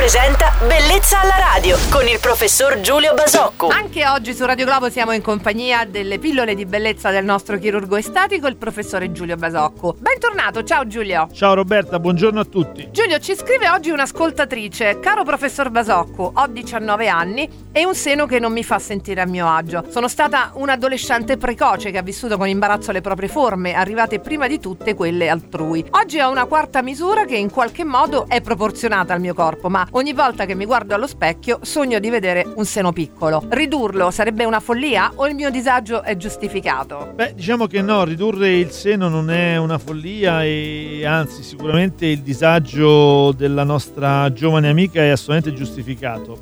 presenta Bellezza alla radio con il professor Giulio Basocco. Anche oggi su Radio Globo siamo in compagnia delle pillole di bellezza del nostro chirurgo estetico, il professore Giulio Basocco. Bentornato, ciao Giulio. Ciao Roberta, buongiorno a tutti. Giulio, ci scrive oggi un'ascoltatrice: caro professor Basocco, ho 19 anni e un seno che non mi fa sentire a mio agio. Sono stata un'adolescente precoce che ha vissuto con imbarazzo le proprie forme, arrivate prima di tutte quelle altrui. Oggi ho una quarta misura che in qualche modo è proporzionata al mio corpo, ma ogni volta che mi guardo allo specchio sogno di vedere un seno piccolo. Ridurlo sarebbe una follia o il mio disagio è giustificato? Beh, diciamo che no, ridurre il seno non è una follia e anzi sicuramente il disagio della nostra giovane amica è assolutamente giustificato.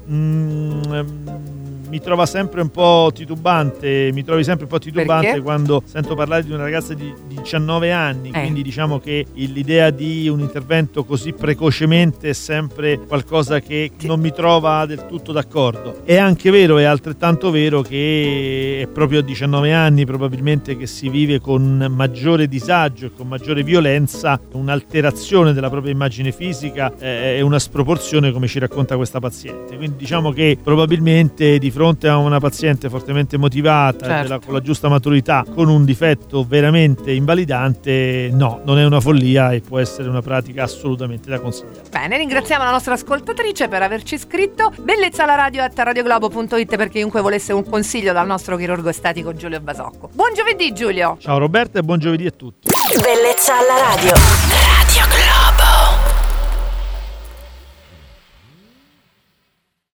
Mi trovi sempre un po' titubante Perché? quando sento parlare di una ragazza di 19 anni, quindi diciamo che l'idea di un intervento così precocemente è sempre qualcosa che non mi trova del tutto d'accordo. È anche vero, è altrettanto vero che è proprio a 19 anni probabilmente che si vive con maggiore disagio e con maggiore violenza un'alterazione della propria immagine fisica e una sproporzione, come ci racconta questa paziente. Quindi diciamo che probabilmente di fronte a una paziente fortemente motivata, certo, con la giusta maturità, con un difetto veramente invalidante, no, non è una follia e può essere una pratica assolutamente da consigliare. Bene, ringraziamo la nostra ascoltatrice per averci scritto. Bellezza alla radio@radioglobo.it per chiunque volesse un consiglio dal nostro chirurgo estetico Giulio Basocco. Buon giovedì Giulio. Ciao Roberta e buon giovedì a tutti. Bellezza alla radio.